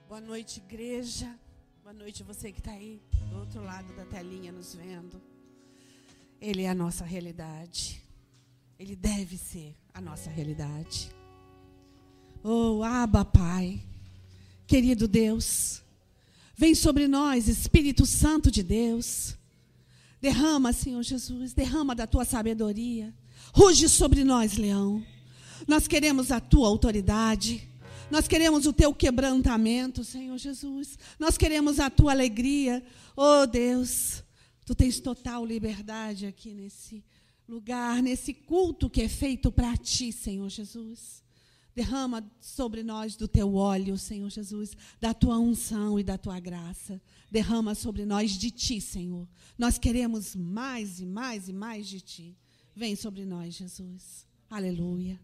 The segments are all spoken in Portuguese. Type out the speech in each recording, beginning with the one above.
Boa noite, igreja. Boa noite, você que está aí do outro lado da telinha nos vendo. Ele é a nossa realidade. Ele deve ser a nossa realidade. Oh, Abba, Pai. Querido Deus, vem sobre nós, Espírito Santo de Deus. Derrama, Senhor Jesus, derrama da tua sabedoria. Ruge sobre nós, leão. Nós queremos a tua autoridade. Nós queremos o teu quebrantamento, Senhor Jesus. Nós queremos a tua alegria. Oh, Deus, tu tens total liberdade aqui nesse lugar, nesse culto que é feito para ti, Senhor Jesus. Derrama sobre nós do teu óleo, Senhor Jesus, da tua unção e da tua graça. Derrama sobre nós de ti, Senhor. Nós queremos mais e mais e mais de ti. Vem sobre nós, Jesus. Aleluia.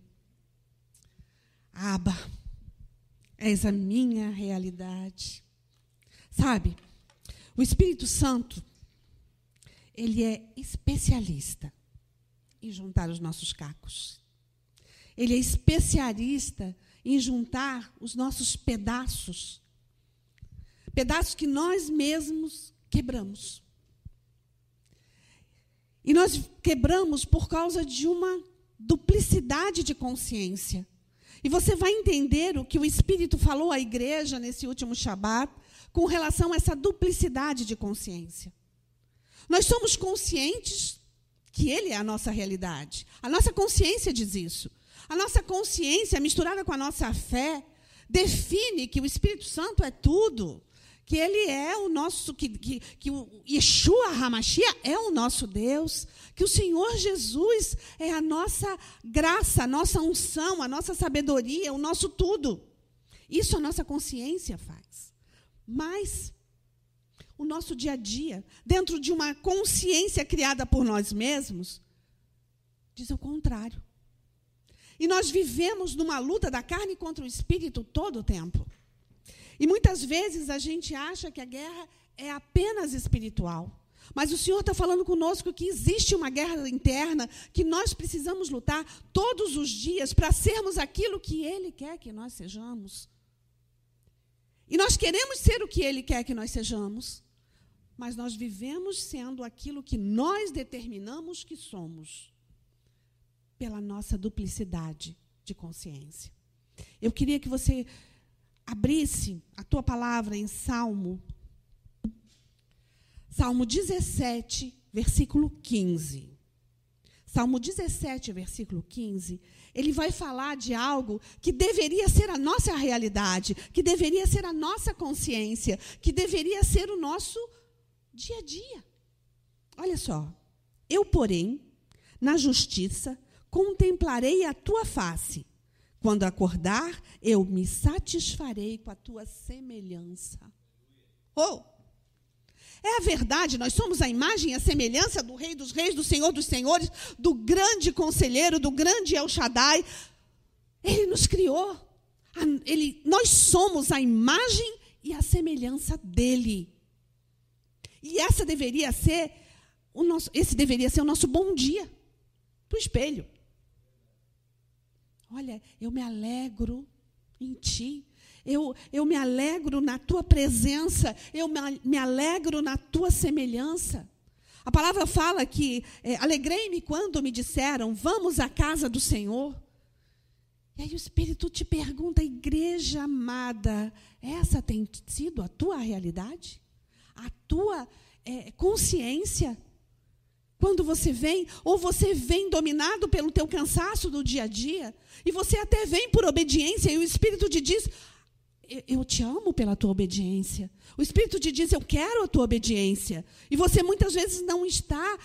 Abba, és a minha realidade. Sabe, o Espírito Santo, ele é especialista em juntar os nossos cacos. Ele é especialista em juntar os nossos pedaços. Pedaços que nós mesmos quebramos. E nós quebramos por causa de uma duplicidade de consciência. E você vai entender o que o Espírito falou à igreja nesse último Shabat com relação a essa duplicidade de consciência. Nós somos conscientes que Ele é a nossa realidade. A nossa consciência diz isso. A nossa consciência, misturada com a nossa fé, define que o Espírito Santo é tudo. Que Ele é o nosso, que o Yeshua HaMashiach é o nosso Deus, que o Senhor Jesus é a nossa graça, a nossa unção, a nossa sabedoria, o nosso tudo. Isso a nossa consciência faz. Mas o nosso dia a dia, dentro de uma consciência criada por nós mesmos, diz o contrário. E nós vivemos numa luta da carne contra o espírito todo o tempo. E muitas vezes a gente acha que a guerra é apenas espiritual. Mas o Senhor está falando conosco que existe uma guerra interna que nós precisamos lutar todos os dias para sermos aquilo que Ele quer que nós sejamos. E nós queremos ser o que Ele quer que nós sejamos, mas nós vivemos sendo aquilo que nós determinamos que somos, pela nossa duplicidade de consciência. Eu queria que você abrisse a tua palavra em Salmo 17, versículo 15. Salmo 17, versículo 15, ele vai falar de algo que deveria ser a nossa realidade, que deveria ser a nossa consciência, que deveria ser o nosso dia a dia. Olha só. Eu, porém, na justiça, contemplarei a tua face. Quando acordar, eu me satisfarei com a tua semelhança. Oh! É a verdade, nós somos a imagem e a semelhança do Rei dos Reis, do Senhor dos Senhores, do grande conselheiro, do grande El Shaddai. Ele nos criou. Nós somos a imagem e a semelhança dele. E esse deveria ser o nosso bom dia para o espelho. Olha, eu me alegro em ti. Eu me alegro na tua presença. Eu me alegro na tua semelhança. A palavra fala que alegrei-me quando me disseram, vamos à casa do Senhor. E aí o Espírito te pergunta, igreja amada, essa tem sido a tua realidade? A tua consciência? Quando você vem, ou você vem dominado pelo teu cansaço do dia a dia, e você até vem por obediência, e o Espírito te diz, eu te amo pela tua obediência. O Espírito te diz, eu quero a tua obediência. E você muitas vezes não está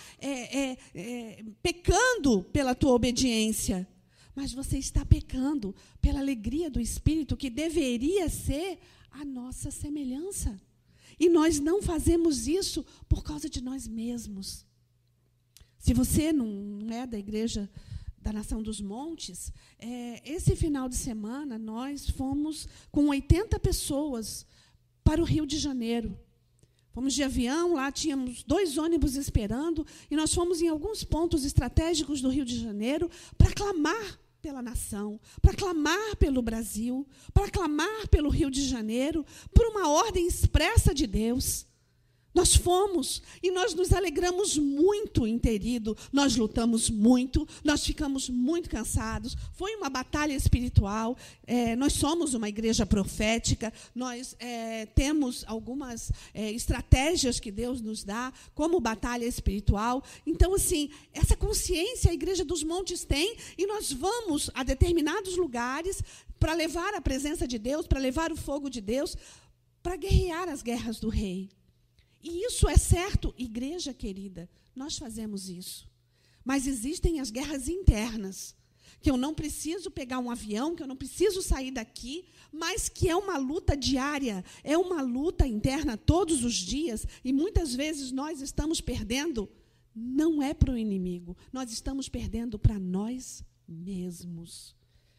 pecando pela tua obediência, mas você está pecando pela alegria do Espírito, que deveria ser a nossa semelhança. E nós não fazemos isso por causa de nós mesmos. Se você não é da igreja da Nação dos Montes, esse final de semana nós fomos com 80 pessoas para o Rio de Janeiro. Fomos de avião, lá tínhamos 2 ônibus esperando, e nós fomos em alguns pontos estratégicos do Rio de Janeiro para clamar pela nação, para clamar pelo Brasil, para clamar pelo Rio de Janeiro, por uma ordem expressa de Deus. Nós fomos e nós nos alegramos muito em ter ido, nós lutamos muito, nós ficamos muito cansados, foi uma batalha espiritual, nós somos uma igreja profética, nós temos algumas estratégias que Deus nos dá como batalha espiritual. Então, assim, essa consciência a Igreja dos Montes tem, e nós vamos a determinados lugares para levar a presença de Deus, para levar o fogo de Deus, para guerrear as guerras do Rei. E isso é certo, igreja querida, nós fazemos isso. Mas existem as guerras internas, que eu não preciso pegar um avião, que eu não preciso sair daqui, mas que é uma luta diária, é uma luta interna todos os dias, e muitas vezes nós estamos perdendo, não é para o inimigo, nós estamos perdendo para nós mesmos.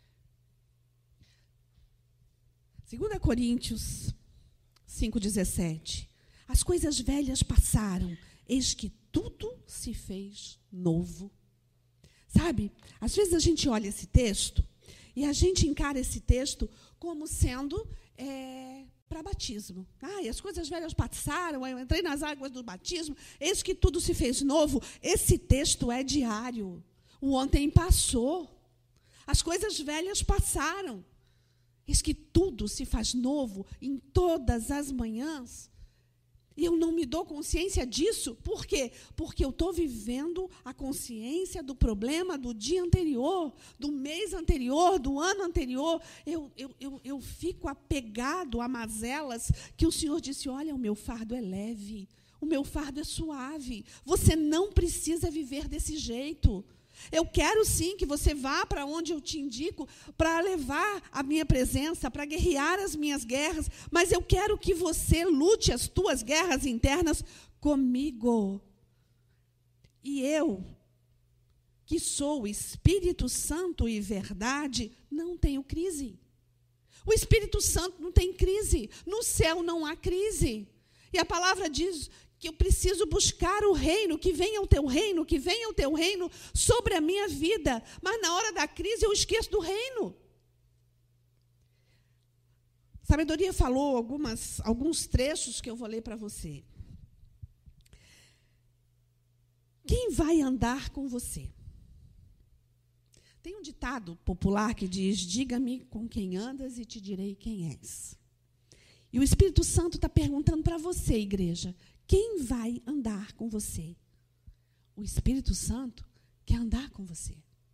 2 Coríntios 5,17. As coisas velhas passaram, eis que tudo se fez novo. Sabe, às vezes a gente olha esse texto e a gente encara esse texto como sendo para batismo. As coisas velhas passaram, eu entrei nas águas do batismo, eis que tudo se fez novo. Esse texto é diário. O ontem passou. As coisas velhas passaram. Eis que tudo se faz novo em todas as manhãs. E eu não me dou consciência disso. Por quê? Porque eu estou vivendo a consciência do problema do dia anterior, do mês anterior, do ano anterior. Eu fico apegado a mazelas que o Senhor disse, olha, o meu fardo é leve, o meu fardo é suave. Você não precisa viver desse jeito. Eu quero sim que você vá para onde eu te indico, para levar a minha presença, para guerrear as minhas guerras, mas eu quero que você lute as tuas guerras internas comigo. E eu, que sou o Espírito Santo e verdade, não tenho crise. O Espírito Santo não tem crise. No céu não há crise. E a palavra diz que eu preciso buscar o reino, que venha o teu reino, que venha o teu reino sobre a minha vida. Mas na hora da crise eu esqueço do reino. Sabedoria falou alguns trechos que eu vou ler para você. Quem vai andar com você? Tem um ditado popular que diz, diga-me com quem andas e te direi quem és. E o Espírito Santo está perguntando para você, igreja, quem vai andar com você? O Espírito Santo quer andar com você.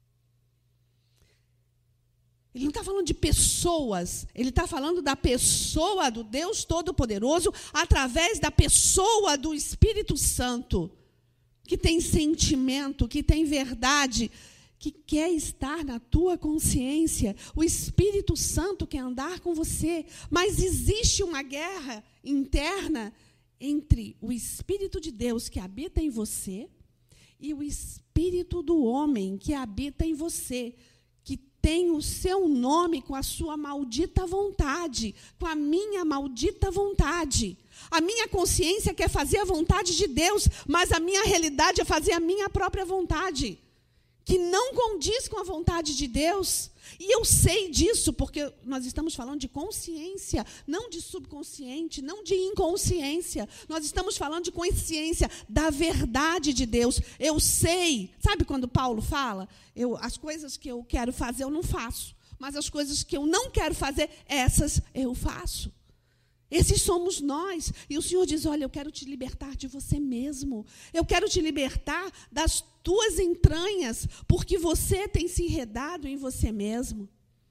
Ele não está falando de pessoas, ele está falando da pessoa do Deus Todo-Poderoso através da pessoa do Espírito Santo, que tem sentimento, que tem verdade, que quer estar na tua consciência. O Espírito Santo quer andar com você, mas existe uma guerra interna entre o Espírito de Deus que habita em você e o espírito do homem que habita em você, que tem o seu nome com a sua maldita vontade, com a minha maldita vontade. A minha consciência quer fazer a vontade de Deus, mas a minha realidade é fazer a minha própria vontade, que não condiz com a vontade de Deus. E eu sei disso porque nós estamos falando de consciência, não de subconsciente, não de inconsciência. Nós estamos falando de consciência da verdade de Deus. Eu sei, sabe quando Paulo fala? As coisas que eu quero fazer eu não faço, mas as coisas que eu não quero fazer, essas eu faço. Esses somos nós. E o Senhor diz, olha, eu quero te libertar de você mesmo. Eu quero te libertar das tuas entranhas, porque você tem se enredado em você mesmo.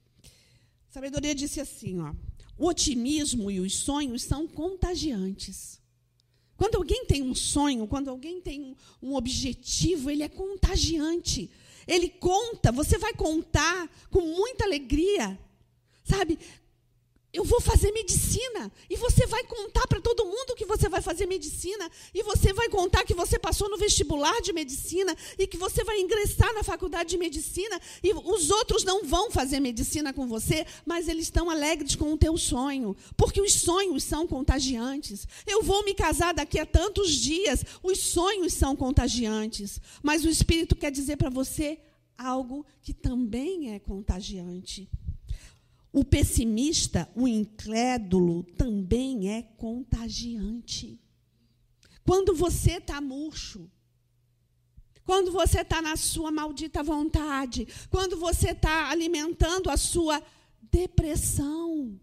A sabedoria disse assim, o otimismo e os sonhos são contagiantes. Quando alguém tem um sonho, quando alguém tem um objetivo, ele é contagiante. Ele conta, você vai contar com muita alegria, sabe? Eu vou fazer medicina, e você vai contar para todo mundo que você vai fazer medicina, e você vai contar que você passou no vestibular de medicina, e que você vai ingressar na faculdade de medicina, e os outros não vão fazer medicina com você, mas eles estão alegres com o teu sonho, porque os sonhos são contagiantes. Eu vou me casar daqui a tantos dias, os sonhos são contagiantes, mas o Espírito quer dizer para você, algo que também é contagiante. O pessimista, o incrédulo, também é contagiante. Quando você está murcho, quando você está na sua maldita vontade, quando você está alimentando a sua depressão.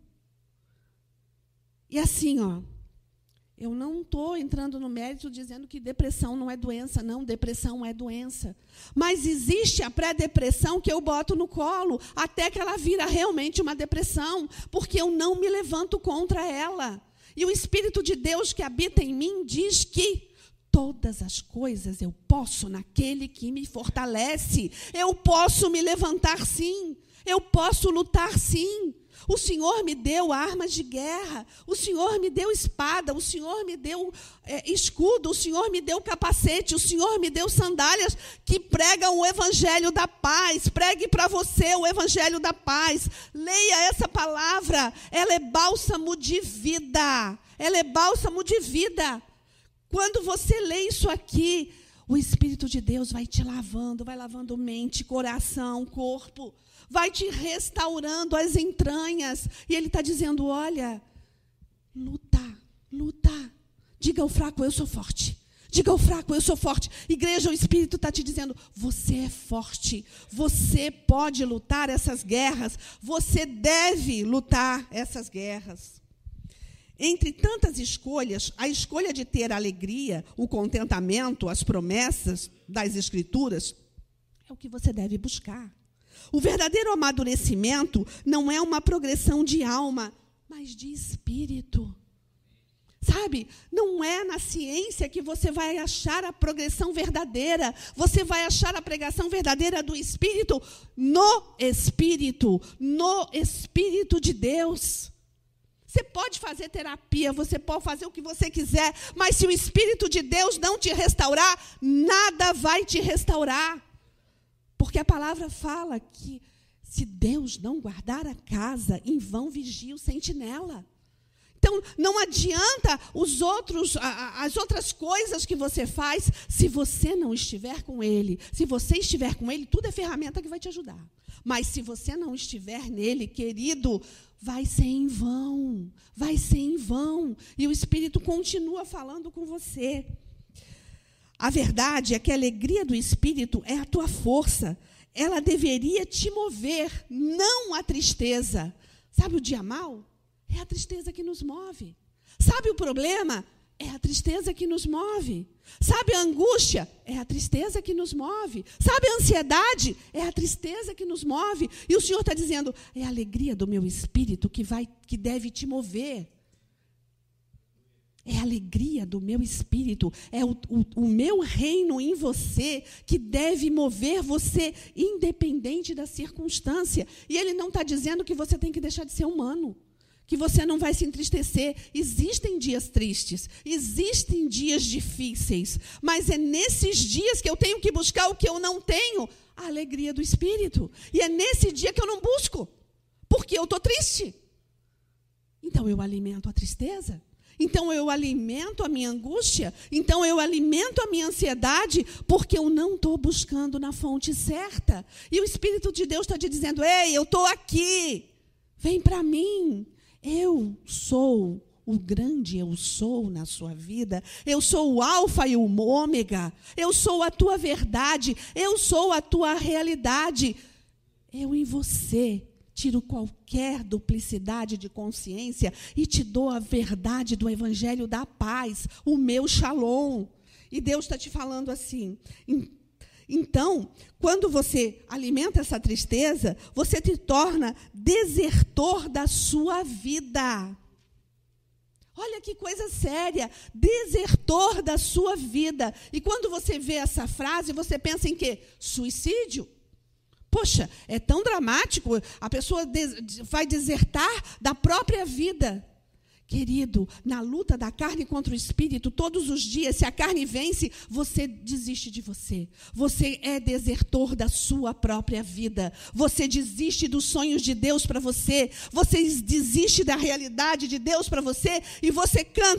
E assim, eu não estou entrando no mérito dizendo que depressão não é doença, não, depressão é doença. Mas existe a pré-depressão que eu boto no colo, até que ela vira realmente uma depressão, porque eu não me levanto contra ela. E o Espírito de Deus que habita em mim diz que todas as coisas eu posso naquele que me fortalece. Eu posso me levantar sim, eu posso lutar sim. O Senhor me deu armas de guerra, o Senhor me deu espada, o Senhor me deu escudo, o Senhor me deu capacete, o Senhor me deu sandálias que pregam o evangelho da paz. Pregue para você o evangelho da paz. Leia essa palavra, ela é bálsamo de vida. Ela é bálsamo de vida. Quando você lê isso aqui, o Espírito de Deus vai te lavando, vai lavando mente, coração, corpo. Vai te restaurando as entranhas. E Ele está dizendo, olha, luta. Diga ao fraco, eu sou forte. Diga ao fraco, eu sou forte. Igreja, o Espírito está te dizendo, você é forte. Você pode lutar essas guerras. Você deve lutar essas guerras. Entre tantas escolhas, a escolha de ter a alegria, o contentamento, as promessas das Escrituras, é o que você deve buscar. O verdadeiro amadurecimento não é uma progressão de alma, mas de espírito. Sabe, não é na ciência que você vai achar a progressão verdadeira. Você vai achar a pregação verdadeira do Espírito no Espírito de Deus. Você pode fazer terapia, você pode fazer o que você quiser, mas se o Espírito de Deus não te restaurar, nada vai te restaurar. Porque a palavra fala que se Deus não guardar a casa, em vão vigia o sentinela. Então, não adianta as outras coisas que você faz, se você não estiver com Ele. Se você estiver com Ele, tudo é ferramenta que vai te ajudar. Mas se você não estiver nele, querido, vai ser em vão. Vai ser em vão. E o Espírito continua falando com você. A verdade é que a alegria do Espírito é a tua força. Ela deveria te mover, não a tristeza. Sabe o dia mau? É a tristeza que nos move. Sabe o problema? É a tristeza que nos move. Sabe a angústia? É a tristeza que nos move. Sabe a ansiedade? É a tristeza que nos move. E o Senhor está dizendo, é a alegria do meu Espírito que deve te mover. É a alegria do meu Espírito, é o meu reino em você que deve mover você independente da circunstância. E Ele não está dizendo que você tem que deixar de ser humano, que você não vai se entristecer. Existem dias tristes, existem dias difíceis, mas é nesses dias que eu tenho que buscar o que eu não tenho, a alegria do Espírito. E é nesse dia que eu não busco, porque eu estou triste. Então eu alimento a tristeza. Então eu alimento a minha angústia, então eu alimento a minha ansiedade, porque eu não estou buscando na fonte certa. E o Espírito de Deus está te dizendo, ei, eu estou aqui, vem para mim. Eu sou o grande eu sou na sua vida. Eu sou o alfa e o ômega. Eu sou a tua verdade, eu sou a tua realidade. Eu em você tiro qualquer duplicidade de consciência e te dou a verdade do evangelho da paz, o meu shalom. E Deus está te falando assim. Então, quando você alimenta essa tristeza, você te torna desertor da sua vida. Olha que coisa séria, desertor da sua vida. E quando você vê essa frase, você pensa em quê? Suicídio. Poxa, é tão dramático, a pessoa vai desertar da própria vida. Querido, na luta da carne contra o Espírito, todos os dias, se a carne vence, você desiste de você. Você é desertor da sua própria vida. Você desiste dos sonhos de Deus para você. Você desiste da realidade de Deus para você. E você canta,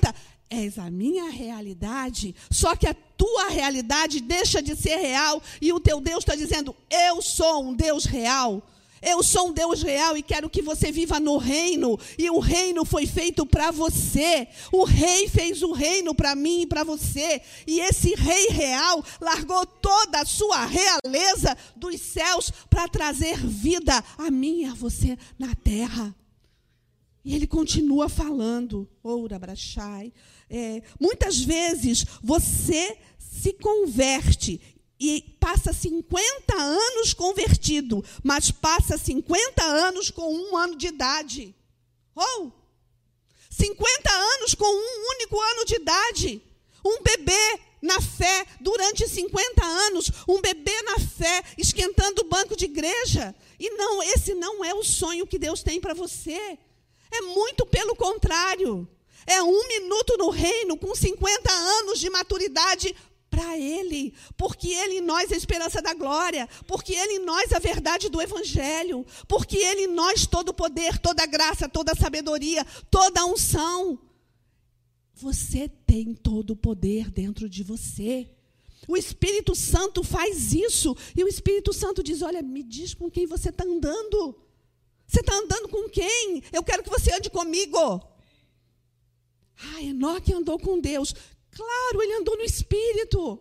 és a minha realidade, só que a tua realidade deixa de ser real e o teu Deus está dizendo, eu sou um Deus real. Eu sou um Deus real e quero que você viva no reino. E o reino foi feito para você. O rei fez o reino para mim e para você. E esse rei real largou toda a sua realeza dos céus para trazer vida a mim e a você na terra. E ele continua falando. Oura Brachai. Muitas vezes você se converte e passa 50 anos convertido, mas passa 50 anos com 1 ano de idade. 50 anos com 1 único ano de idade. Um bebê na fé durante 50 anos. Um bebê na fé esquentando o banco de igreja. E não, esse não é o sonho que Deus tem para você. É muito pelo contrário. É 1 minuto no reino com 50 anos de maturidade para Ele, porque Ele em nós é a esperança da glória, porque Ele em nós é a verdade do Evangelho, porque Ele em nós todo o poder, toda a graça, toda a sabedoria, toda a unção. Você tem todo o poder dentro de você. O Espírito Santo faz isso, e o Espírito Santo diz, olha, me diz com quem você está andando. Você está andando com quem? Eu quero que você ande comigo. Enoque andou com Deus. Claro, ele andou no Espírito.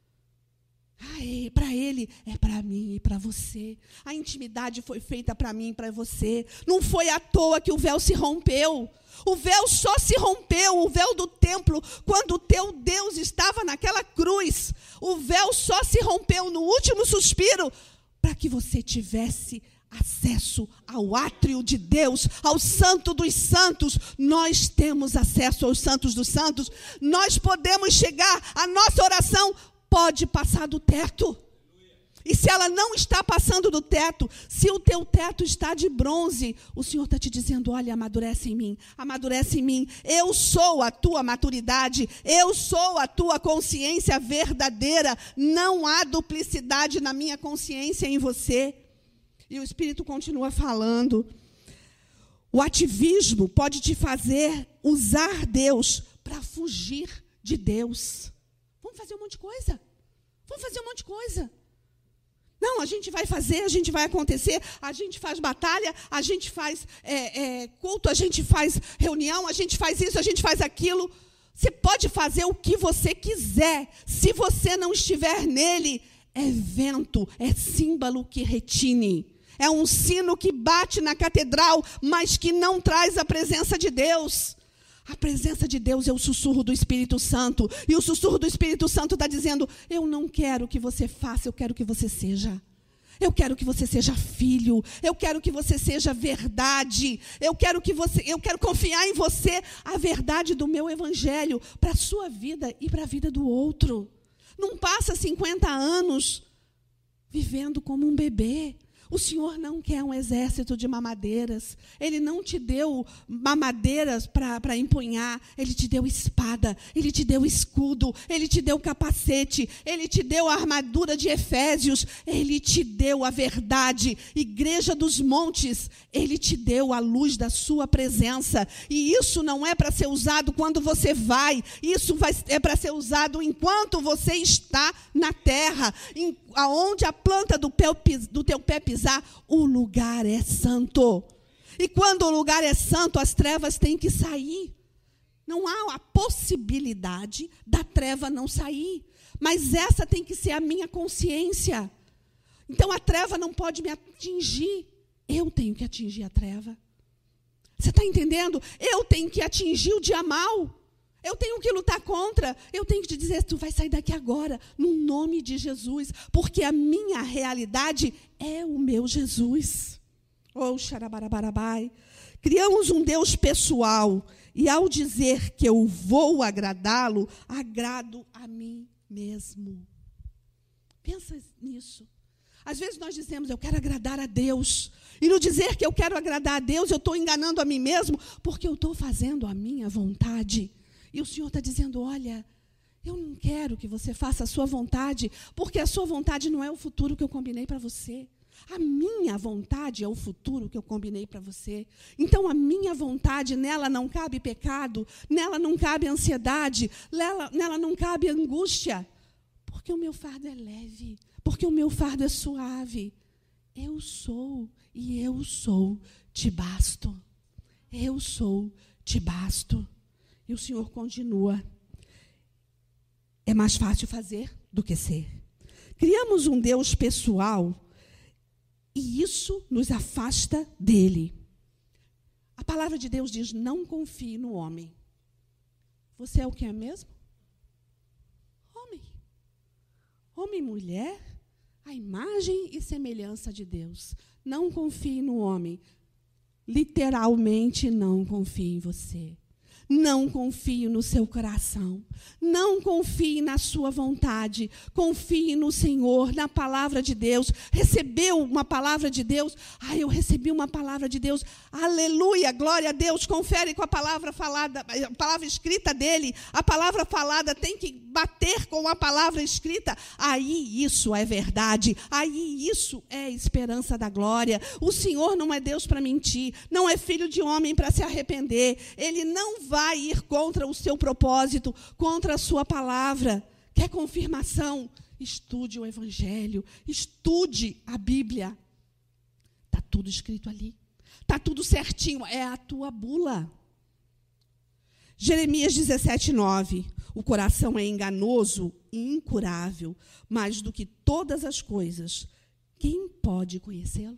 Para ele, é para mim e para você. A intimidade foi feita para mim e para você. Não foi à toa que o véu se rompeu. O véu só se rompeu, o véu do templo, quando o teu Deus estava naquela cruz. O véu só se rompeu no último suspiro para que você tivesse acesso ao átrio de Deus, ao santo dos santos. Nós temos acesso aos santos dos santos. Nós podemos chegar, a nossa oração pode passar do teto. E se ela não está passando do teto, se o teu teto está de bronze, o Senhor está te dizendo, olha, amadurece em mim, amadurece em mim. Eu sou a tua maturidade, eu sou a tua consciência verdadeira. Não há duplicidade na minha consciência em você. E o Espírito continua falando. O ativismo pode te fazer usar Deus para fugir de Deus. Vamos fazer um monte de coisa. Não, a gente vai fazer, a gente vai acontecer, a gente faz batalha, a gente faz culto, a gente faz reunião, a gente faz isso, a gente faz aquilo. Você pode fazer o que você quiser. Se você não estiver nele, é vento, é símbolo que retine. É um sino que bate na catedral, mas que não traz a presença de Deus. A presença de Deus é o sussurro do Espírito Santo. E o sussurro do Espírito Santo está dizendo, eu não quero que você faça, eu quero que você seja. Eu quero que você seja filho. Eu quero que você seja verdade. Eu quero confiar em você a verdade do meu evangelho para a sua vida e para a vida do outro. Não passa 50 anos vivendo como um bebê. O Senhor não quer um exército de mamadeiras. Ele não te deu mamadeiras para empunhar. Ele te deu espada, ele te deu escudo, ele te deu capacete, ele te deu a armadura de Efésios, ele te deu a verdade. Igreja dos montes, ele te deu a luz da sua presença. E isso não é para ser usado quando você vai. Isso é para ser usado enquanto você está na terra. Aonde a planta do teu pé pisar, o lugar é santo. E quando o lugar é santo, as trevas têm que sair. Não há a possibilidade da treva não sair. Mas essa tem que ser a minha consciência. Então a treva não pode me atingir. Eu tenho que atingir a treva. Você está entendendo? Eu tenho que atingir o dia mau. Eu tenho que lutar contra. Eu tenho que te dizer, tu vai sair daqui agora, no nome de Jesus. Porque a minha realidade é o meu Jesus. Xarabarabai. Criamos um Deus pessoal. E ao dizer que eu vou agradá-lo, agrado a mim mesmo. Pensa nisso. Às vezes nós dizemos, eu quero agradar a Deus. E no dizer que eu quero agradar a Deus, eu estou enganando a mim mesmo, porque eu estou fazendo a minha vontade. E o Senhor está dizendo, olha, eu não quero que você faça a sua vontade, porque a sua vontade não é o futuro que eu combinei para você. A minha vontade é o futuro que eu combinei para você. Então, a minha vontade, nela não cabe pecado, nela não cabe ansiedade, nela não cabe angústia. Porque o meu fardo é leve, porque o meu fardo é suave. Eu sou e eu sou, te basto. Eu sou, te basto. E o Senhor continua. É mais fácil fazer do que ser. Criamos um Deus pessoal e isso nos afasta dele. A palavra de Deus diz, não confie no homem. Você é o que é mesmo? Homem. Homem e mulher, a imagem e semelhança de Deus. Não confie no homem. Literalmente, não confie em você. Não confie no seu coração. Não confie na sua vontade. Confie no Senhor, na palavra de Deus. Recebeu uma palavra de Deus? Eu recebi uma palavra de Deus. Aleluia, glória a Deus. Confere com a palavra falada, a palavra escrita dele. A palavra falada tem que bater com a palavra escrita. Aí isso é verdade. Aí isso é esperança da glória. O Senhor não é Deus para mentir. Não é filho de homem para se arrepender. Ele não vai ir contra o seu propósito, contra a sua palavra. Quer confirmação? Estude o Evangelho, estude a Bíblia. Está tudo escrito ali. Está tudo certinho, é a tua bula. Jeremias 17:9. O coração é enganoso e incurável, mais do que todas as coisas. Quem pode conhecê-lo?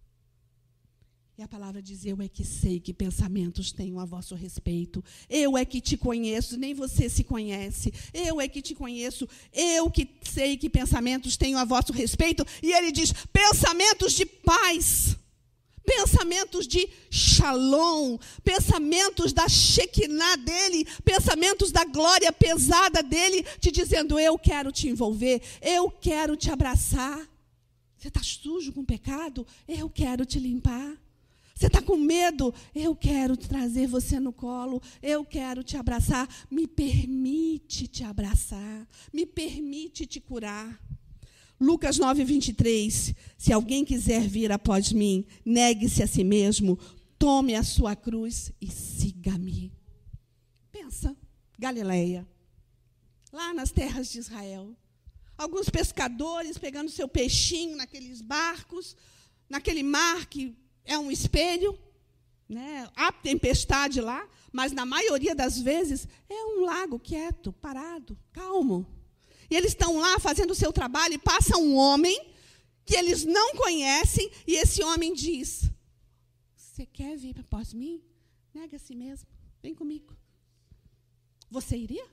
E a palavra diz, eu é que sei que pensamentos tenho a vosso respeito. Eu é que te conheço, nem você se conhece. Eu é que te conheço, eu que sei que pensamentos tenho a vosso respeito. E ele diz, pensamentos de paz, pensamentos de shalom, pensamentos da Shekinah dele, pensamentos da glória pesada dele, te dizendo, eu quero te envolver, eu quero te abraçar. Você está sujo com pecado? Eu quero te limpar. Você está com medo? Eu quero trazer você no colo. Eu quero te abraçar. Me permite te abraçar. Me permite te curar. Lucas 9:23. Se alguém quiser vir após mim, negue-se a si mesmo, tome a sua cruz e siga-me. Pensa, Galileia, lá nas terras de Israel. Alguns pescadores pegando seu peixinho naqueles barcos, naquele mar que é um espelho, né? Há tempestade lá, mas na maioria das vezes é um lago quieto, parado, calmo. E eles estão lá fazendo o seu trabalho e passa um homem que eles não conhecem e esse homem diz, você quer vir após mim? Nega a si mesmo, vem comigo. Você iria?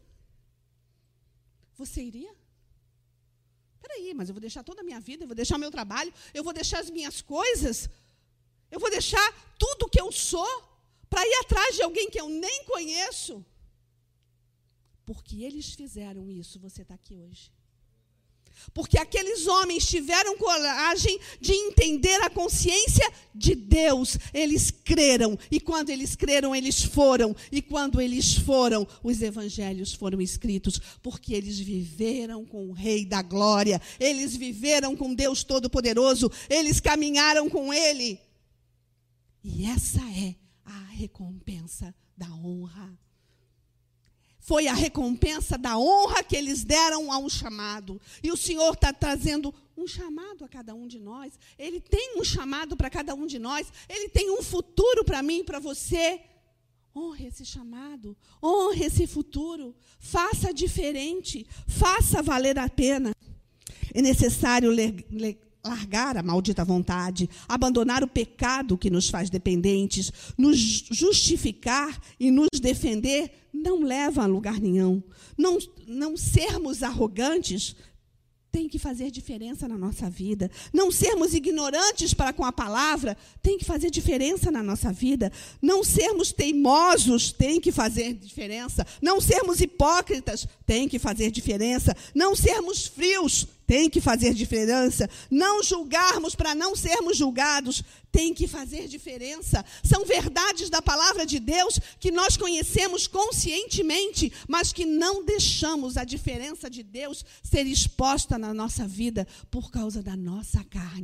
Você iria? Peraí, mas eu vou deixar toda a minha vida, eu vou deixar o meu trabalho, eu vou deixar as minhas coisas, eu vou deixar tudo que eu sou para ir atrás de alguém que eu nem conheço. Porque eles fizeram isso, você está aqui hoje. Porque aqueles homens tiveram coragem de entender a consciência de Deus. Eles creram. E quando eles creram, eles foram. E quando eles foram, os evangelhos foram escritos. Porque eles viveram com o Rei da Glória. Eles viveram com Deus Todo-Poderoso. Eles caminharam com Ele. E essa é a recompensa da honra. Foi a recompensa da honra que eles deram a um chamado. E o Senhor está trazendo um chamado a cada um de nós. Ele tem um chamado para cada um de nós. Ele tem um futuro para mim e para você. Honre esse chamado. Honre esse futuro. Faça diferente. Faça valer a pena. É necessário largar a maldita vontade, abandonar o pecado que nos faz dependentes, nos justificar e nos defender não leva a lugar nenhum. Não sermos arrogantes tem que fazer diferença na nossa vida. Não sermos ignorantes para com a palavra tem que fazer diferença na nossa vida. Não sermos teimosos tem que fazer diferença. Não sermos hipócritas tem que fazer diferença. Não sermos frios tem que fazer diferença. Não julgarmos para não sermos julgados tem que fazer diferença. São verdades da palavra de Deus que nós conhecemos conscientemente, mas que não deixamos a diferença de Deus ser exposta na nossa vida por causa da nossa carne,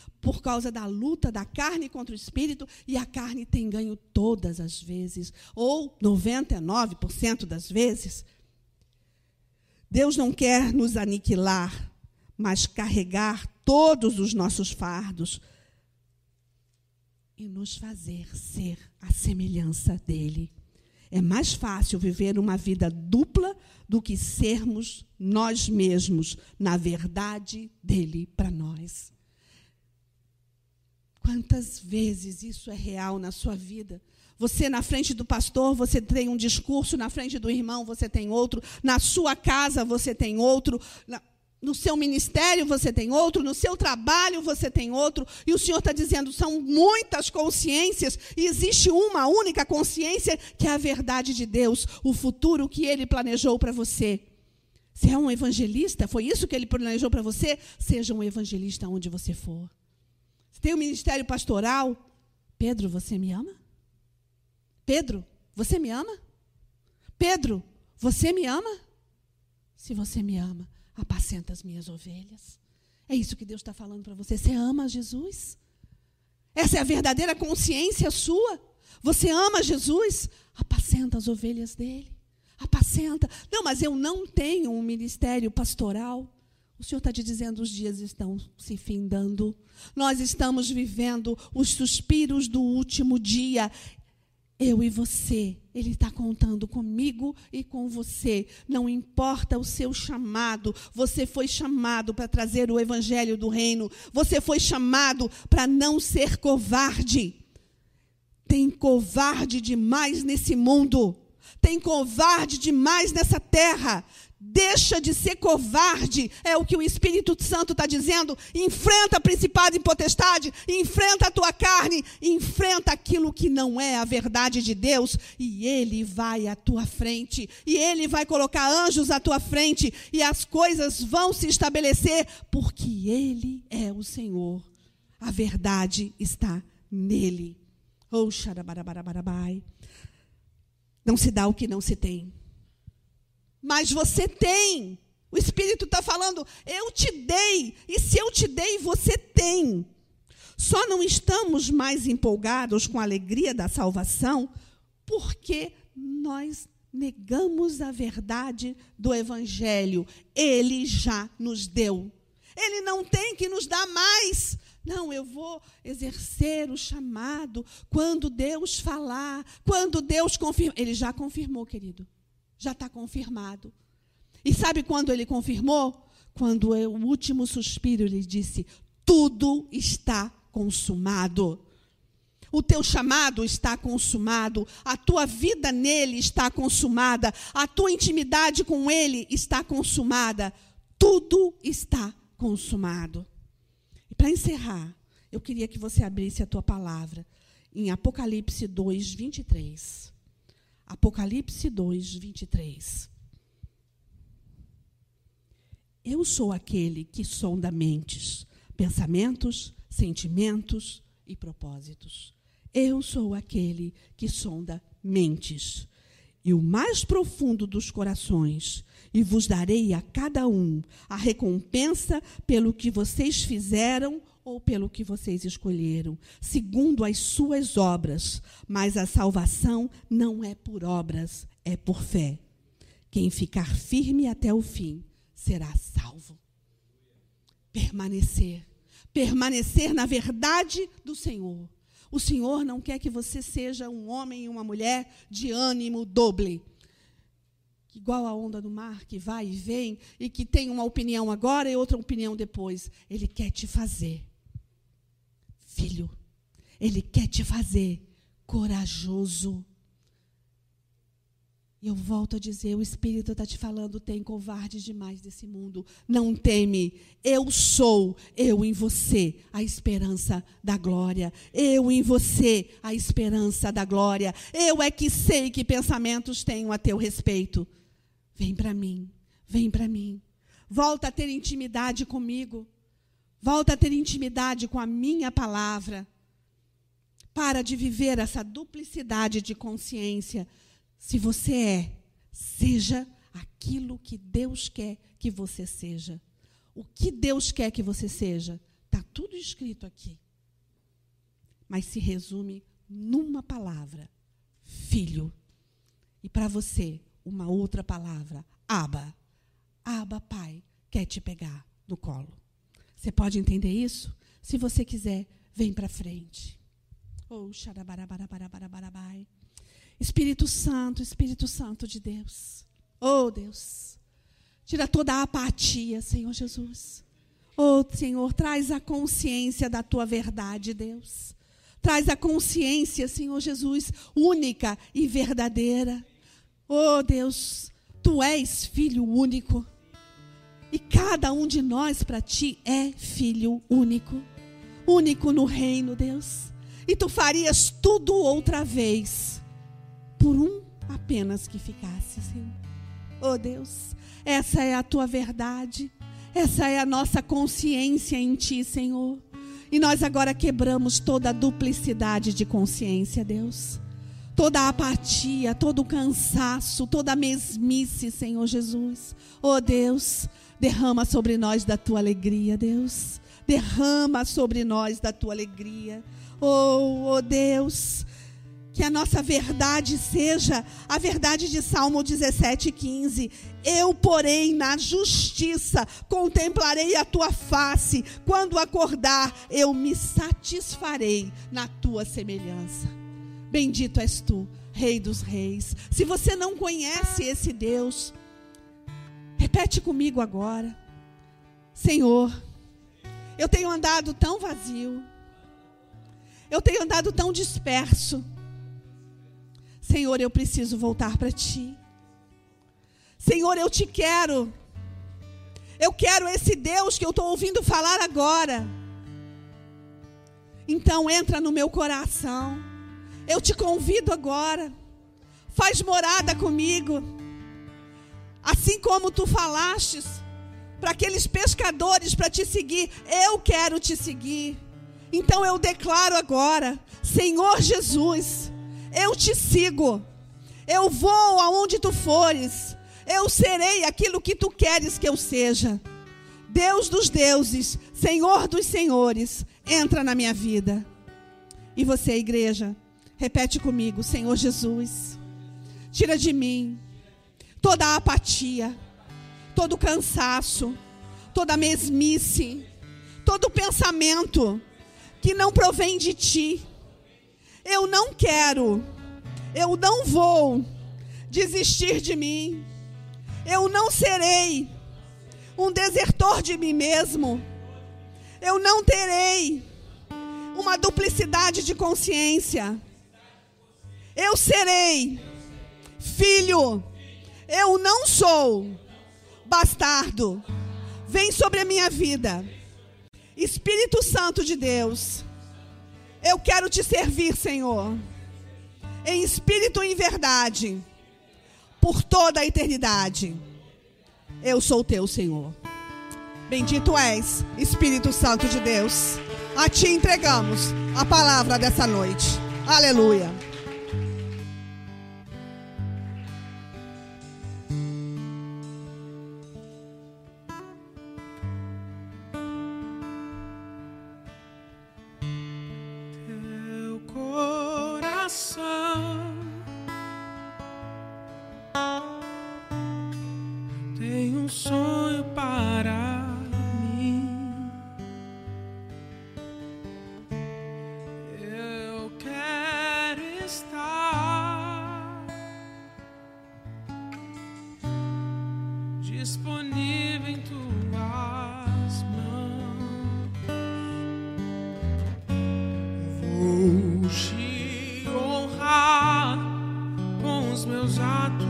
por causa da luta da carne contra o espírito, e a carne tem ganho todas as vezes, ou 99% das vezes. Deus não quer nos aniquilar, mas carregar todos os nossos fardos e nos fazer ser a semelhança dele. É mais fácil viver uma vida dupla do que sermos nós mesmos, na verdade dele para nós. Quantas vezes isso é real na sua vida? Você, na frente do pastor, você tem um discurso, na frente do irmão, você tem outro, na sua casa, você tem outro, no seu ministério, você tem outro, no seu trabalho, você tem outro, e o Senhor está dizendo, são muitas consciências, e existe uma única consciência, que é a verdade de Deus, o futuro que Ele planejou para você. Se é um evangelista, foi isso que Ele planejou para você? Seja um evangelista onde você for. Se tem um ministério pastoral, Pedro, você me ama? Pedro, você me ama? Pedro, você me ama? Se você me ama, apacenta as minhas ovelhas. É isso que Deus está falando para você. Você ama Jesus? Essa é a verdadeira consciência sua? Você ama Jesus? Apacenta as ovelhas dele. Apacenta. Não, mas eu não tenho um ministério pastoral. O Senhor está te dizendo, os dias estão se findando. Nós estamos vivendo os suspiros do último dia. Eu e você, Ele está contando comigo e com você. Não importa o seu chamado, você foi chamado para trazer o evangelho do reino. Você foi chamado para não ser covarde. Tem covarde demais nesse mundo. Tem covarde demais nessa terra. Deixa de ser covarde, é o que o Espírito Santo está dizendo. Enfrenta principado e potestade, enfrenta a tua carne, enfrenta aquilo que não é a verdade de Deus, e Ele vai à tua frente, e Ele vai colocar anjos à tua frente, e as coisas vão se estabelecer, porque Ele é o Senhor. A verdade está nele. Oh, xarabarabarabai. Não se dá o que não se tem. Mas você tem. O Espírito está falando, eu te dei. E se eu te dei, você tem. Só não estamos mais empolgados com a alegria da salvação porque nós negamos a verdade do Evangelho. Ele já nos deu. Ele não tem que nos dar mais. Não, eu vou exercer o chamado quando Deus falar, quando Deus confirmar. Ele já confirmou, querido. Já está confirmado. E sabe quando ele confirmou? Quando o último suspiro, ele disse, tudo está consumado. O teu chamado está consumado, a tua vida nele está consumada, a tua intimidade com ele está consumada. Tudo está consumado. E para encerrar, eu queria que você abrisse a tua palavra em Apocalipse 2, 23. Apocalipse 2, 23. Eu sou aquele que sonda mentes, pensamentos, sentimentos e propósitos. Eu sou aquele que sonda mentes e o mais profundo dos corações, e vos darei a cada um a recompensa pelo que vocês fizeram ou pelo que vocês escolheram, segundo as suas obras. Mas a salvação não é por obras, é por fé. Quem ficar firme até o fim será salvo. Permanecer. Permanecer na verdade do Senhor. O Senhor não quer que você seja um homem e uma mulher de ânimo doble. Igual a onda do mar, que vai e vem, e que tem uma opinião agora e outra opinião depois. Ele quer te fazer filho. Ele quer te fazer corajoso. E eu volto a dizer, o Espírito está te falando, tem covardes demais desse mundo. Não teme, eu sou, eu em você, a esperança da glória. Eu em você, a esperança da glória. Eu é que sei que pensamentos tenho a teu respeito. Vem para mim, vem para mim. Volta a ter intimidade comigo. Volta a ter intimidade com a minha palavra. Para de viver essa duplicidade de consciência. Se você seja aquilo que Deus quer que você seja. O que Deus quer que você seja Está tudo escrito aqui. Mas se resume numa palavra: filho. E para você, uma outra palavra: Abba. Abba, Pai, quer te pegar no colo. Você pode entender isso? Se você quiser, vem para frente. Oh, xarabarabarabarabarabai. Espírito Santo de Deus. Oh, Deus. Tira toda a apatia, Senhor Jesus. Oh, Senhor, traz a consciência da tua verdade, Deus. Traz a consciência, Senhor Jesus, única e verdadeira. Oh, Deus, tu és filho único. E cada um de nós, para ti, é filho único. Único no reino, Deus. E tu farias tudo outra vez, por um apenas que ficasse, Senhor. Oh, Deus, essa é a tua verdade. Essa é a nossa consciência em ti, Senhor. E nós agora quebramos toda a duplicidade de consciência, Deus. Toda a apatia, todo o cansaço, toda a mesmice, Senhor Jesus. Oh, Deus, derrama sobre nós da tua alegria, Deus. Derrama sobre nós da tua alegria. Oh, Deus, que a nossa verdade seja a verdade de Salmo 17:15. Eu, porém, na justiça contemplarei a tua face. Quando acordar, eu me satisfarei na tua semelhança. Bendito és tu, Rei dos Reis. Se você não conhece esse Deus, repete comigo agora: Senhor, eu tenho andado tão vazio. Eu tenho andado tão disperso. Senhor, eu preciso voltar para ti. Senhor, eu te quero. Eu quero esse Deus que eu estou ouvindo falar agora. Então entra no meu coração. Eu te convido agora. Faz morada comigo. Assim como tu falastes para aqueles pescadores para te seguir, eu quero te seguir. Então eu declaro agora: Senhor Jesus, eu te sigo. Eu vou aonde tu fores. Eu serei aquilo que tu queres que eu seja. Deus dos deuses, Senhor dos senhores, entra na minha vida. E você, igreja, repete comigo: Senhor Jesus, tira de mim toda a apatia, todo o cansaço, toda a mesmice, todo o pensamento que não provém de ti. Eu não quero, eu não vou desistir de mim. Eu não serei um desertor de mim mesmo. Eu não terei uma duplicidade de consciência. Eu serei filho. Eu não sou bastardo. Vem sobre a minha vida. Espírito Santo de Deus, eu quero te servir, Senhor, em espírito e em verdade, por toda a eternidade. Eu sou teu, Senhor. Bendito és, Espírito Santo de Deus. A ti entregamos a palavra dessa noite. Aleluia. Tem um sonho para mim. Eu quero estar disponível em tuas mãos. Vou te honrar com os meus atos.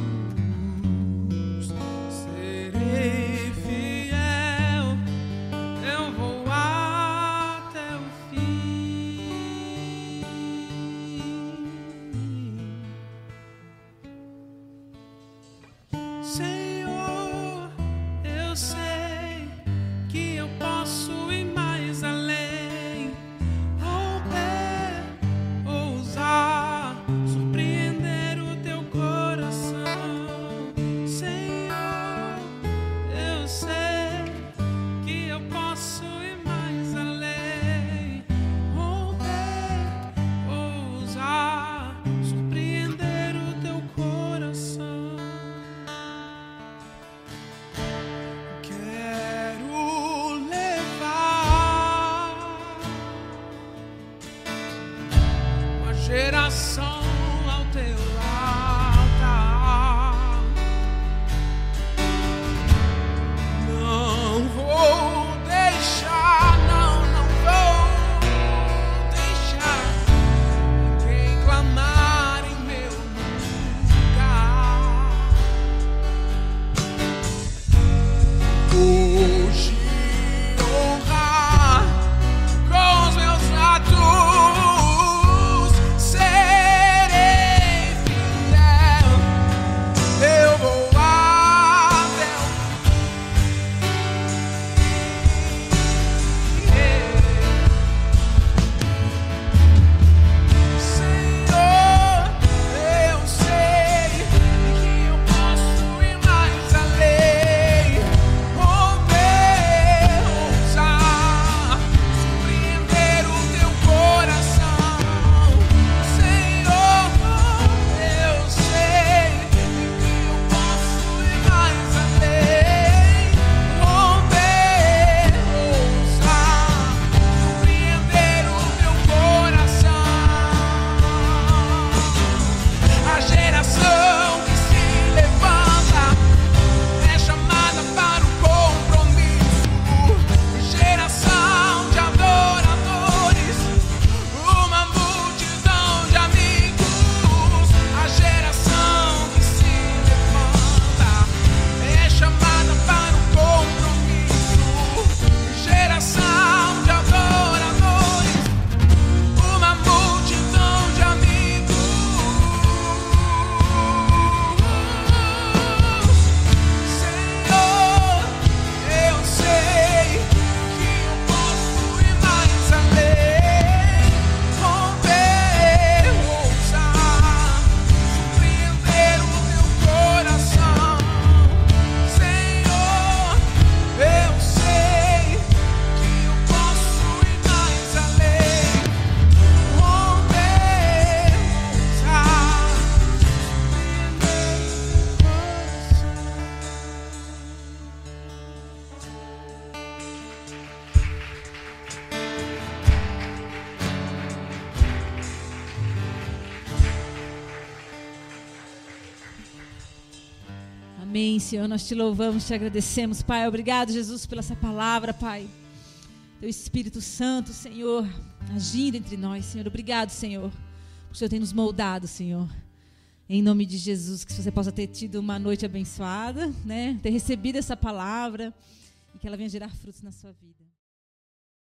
Senhor, eu sei que eu posso ir mais além, romper, ousar, surpreender o teu coração. Senhor, eu sei que eu posso ir mais Amém, Senhor. Nós te louvamos, te agradecemos, Pai. Obrigado, Jesus, pela essa palavra, Pai. Teu Espírito Santo, Senhor, agindo entre nós, Senhor. Obrigado, Senhor. O Senhor tem nos moldado, Senhor. Em nome de Jesus, que você possa ter tido uma noite abençoada, né? Ter recebido essa palavra e que ela venha gerar frutos na sua vida.